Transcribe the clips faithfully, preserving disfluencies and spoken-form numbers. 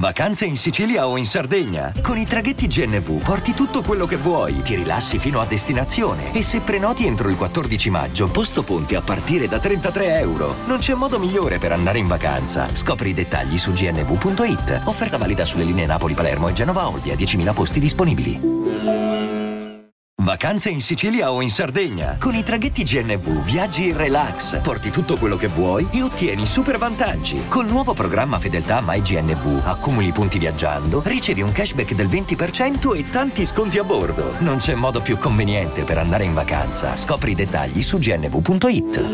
Vacanze in Sicilia o in Sardegna? Con i traghetti G N V porti tutto quello che vuoi, ti rilassi fino a destinazione e se prenoti entro il quattordici maggio, posto ponti a partire da trentatré euro. Non c'è modo migliore per andare in vacanza. Scopri i dettagli su g n v punto i t. Offerta valida sulle linee Napoli-Palermo e Genova-Olbia, diecimila posti disponibili. Vacanze in Sicilia o in Sardegna? Con i traghetti G N V viaggi in relax, porti tutto quello che vuoi e ottieni super vantaggi. Col nuovo programma Fedeltà MyGNV accumuli punti viaggiando, ricevi un cashback del venti per cento e tanti sconti a bordo. Non c'è modo più conveniente per andare in vacanza. Scopri i dettagli su g n v punto i t.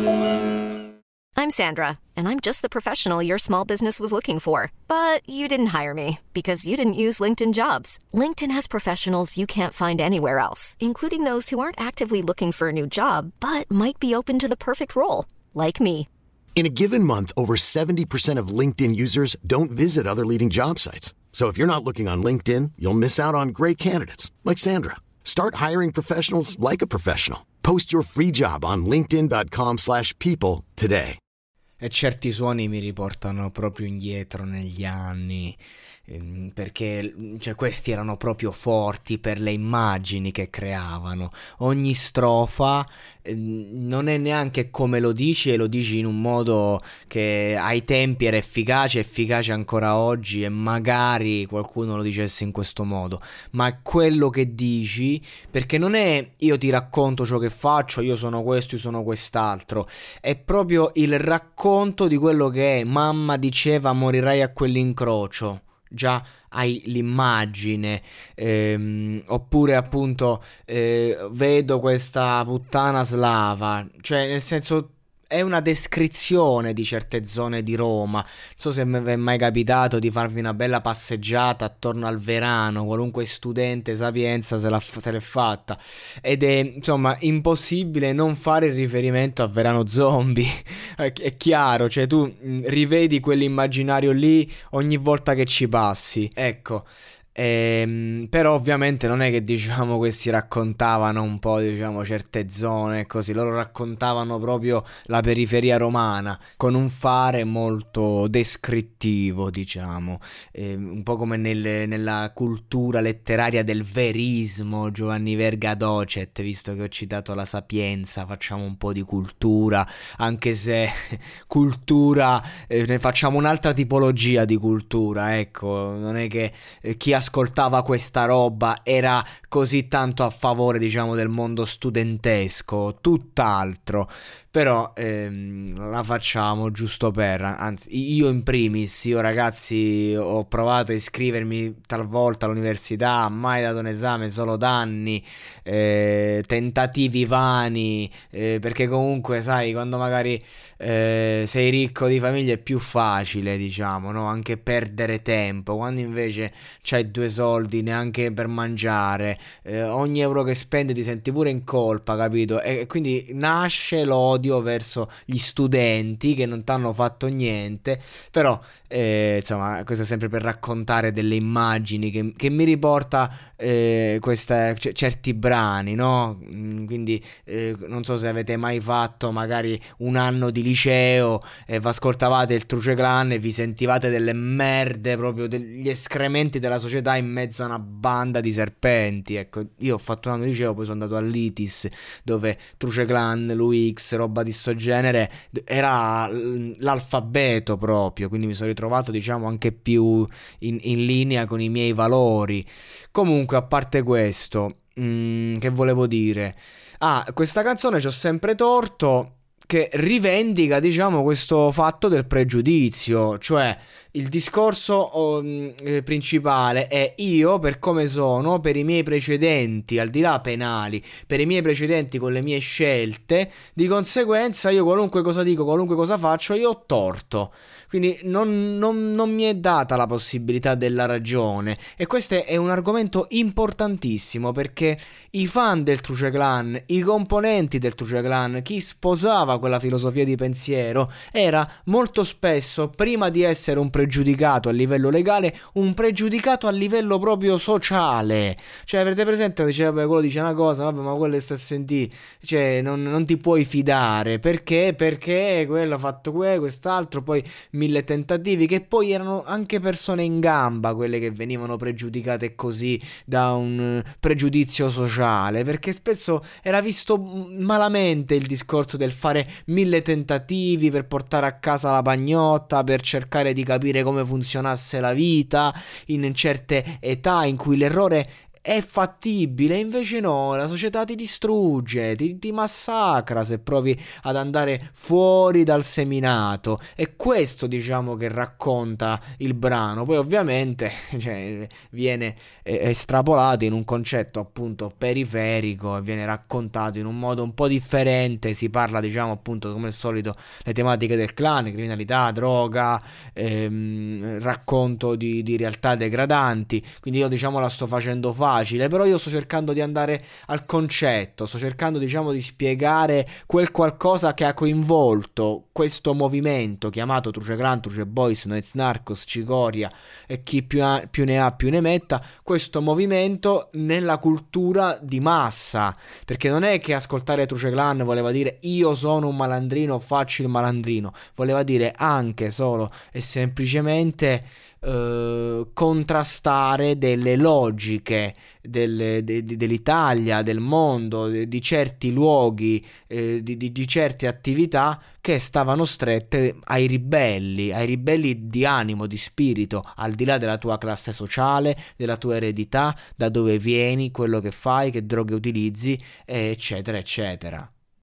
I'm Sandra, and I'm just the professional your small business was looking for. But you didn't hire me because you didn't use LinkedIn Jobs. LinkedIn has professionals you can't find anywhere else, including those who aren't actively looking for a new job, but might be open to the perfect role, like me. In a given month, over seventy percent of LinkedIn users don't visit other leading job sites. So if you're not looking on LinkedIn, you'll miss out on great candidates, like Sandra. Start hiring professionals like a professional. Post your free job on linkedin dot com slash people today. E certi suoni mi riportano proprio indietro negli anni, ehm, perché cioè, questi erano proprio forti per le immagini che creavano. Ogni strofa ehm, non è neanche come lo dici, e lo dici in un modo che ai tempi era efficace, efficace ancora oggi, e magari qualcuno lo dicesse in questo modo, ma è quello che dici, perché non è io ti racconto ciò che faccio, io sono questo, io sono quest'altro, è proprio il racconto di quello che è. Mamma diceva morirai a quell'incrocio, già hai l'immagine, ehm, oppure appunto eh, vedo questa puttana slava, cioè nel senso è una descrizione di certe zone di Roma. Non so se vi è mai capitato di farvi una bella passeggiata attorno al Verano, qualunque studente Sapienza se, l'ha, se l'è fatta, ed è insomma impossibile non fare il riferimento a Verano Zombie. è, è chiaro, cioè tu mh, rivedi quell'immaginario lì ogni volta che ci passi, ecco. Ehm, però ovviamente non è che diciamo questi raccontavano un po' diciamo certe zone così, loro raccontavano proprio la periferia romana con un fare molto descrittivo, diciamo, ehm, un po' come nel, nella cultura letteraria del verismo. Giovanni Verga Docet, visto che ho citato la Sapienza, facciamo un po' di cultura, anche se cultura eh, ne facciamo un'altra tipologia di cultura, ecco, non è che eh, chi ascoltava questa roba era così tanto a favore diciamo del mondo studentesco, tutt'altro. Però ehm, la facciamo giusto per, anzi io in primis, io ragazzi ho provato a iscrivermi talvolta all'università, mai dato un esame, solo danni, eh, tentativi vani, eh, perché comunque sai quando magari eh, sei ricco di famiglia è più facile diciamo, no? Anche perdere tempo, quando invece c'hai due soldi neanche per mangiare, eh, ogni euro che spendi ti senti pure in colpa, capito? E quindi nasce l'odio verso gli studenti che non t'hanno fatto niente. Però eh, insomma questo è sempre per raccontare delle immagini che, che mi riporta eh, questa, c- certi brani, no? Quindi eh, non so se avete mai fatto magari un anno di liceo e vi ascoltavate il Truce Clan e vi sentivate delle merde, proprio degli escrementi della società in mezzo a una banda di serpenti. Ecco, io ho fatto un anno di liceo, poi sono andato all'Itis dove Truce Clan, Lui X, roba di sto genere era l'alfabeto proprio, quindi mi sono ritrovato diciamo anche più in, in linea con i miei valori. Comunque, a parte questo, mh, che volevo dire? Ah, questa canzone c'ho sempre torto, che rivendica diciamo questo fatto del pregiudizio, cioè il discorso oh, eh, principale è: io per come sono, per i miei precedenti, al di là penali, per i miei precedenti con le mie scelte, di conseguenza io qualunque cosa dico, qualunque cosa faccio, io ho torto. Quindi non, non, non mi è data la possibilità della ragione, e questo è un argomento importantissimo, perché i fan del Truce Clan, i componenti del Truce Clan, chi sposava quella filosofia di pensiero, era molto spesso, prima di essere un pregiudicato a livello legale, un pregiudicato a livello proprio sociale. Cioè, avete presente? Dice, vabbè, quello dice una cosa, vabbè, ma quello sta a sentire, cioè non, non ti puoi fidare, perché? Perché quello ha fatto que, quest'altro, poi mille tentativi, che poi erano anche persone in gamba quelle che venivano pregiudicate così da un pregiudizio sociale, perché spesso era visto malamente il discorso del fare mille tentativi per portare a casa la pagnotta, per cercare di capire come funzionasse la vita in certe età in cui l'errore è fattibile. Invece no, la società ti distrugge, ti, ti massacra se provi ad andare fuori dal seminato. E questo, diciamo, che racconta il brano. Poi ovviamente, cioè, viene estrapolato in un concetto appunto periferico e viene raccontato in un modo un po' differente. Si parla, diciamo, appunto, come al solito, le tematiche del clan, criminalità, droga, ehm, racconto di, di realtà degradanti. Quindi io, diciamo, la sto facendo facile, però io sto cercando di andare al concetto, sto cercando, diciamo, di spiegare quel qualcosa che ha coinvolto questo movimento chiamato Truce Clan, Truce Boys, Noyz Narcos, Cicoria e chi più, ha, più ne ha più ne metta, questo movimento nella cultura di massa, perché non è che ascoltare Truce Clan voleva dire io sono un malandrino, faccio il malandrino, voleva dire anche solo e semplicemente Uh, contrastare delle logiche del, de, de, dell'Italia, del mondo, de, di certi luoghi, eh, di, di, di certe attività che stavano strette ai ribelli, ai ribelli di animo, di spirito, al di là della tua classe sociale, della tua eredità, da dove vieni, quello che fai, che droghe utilizzi, eccetera, eccetera.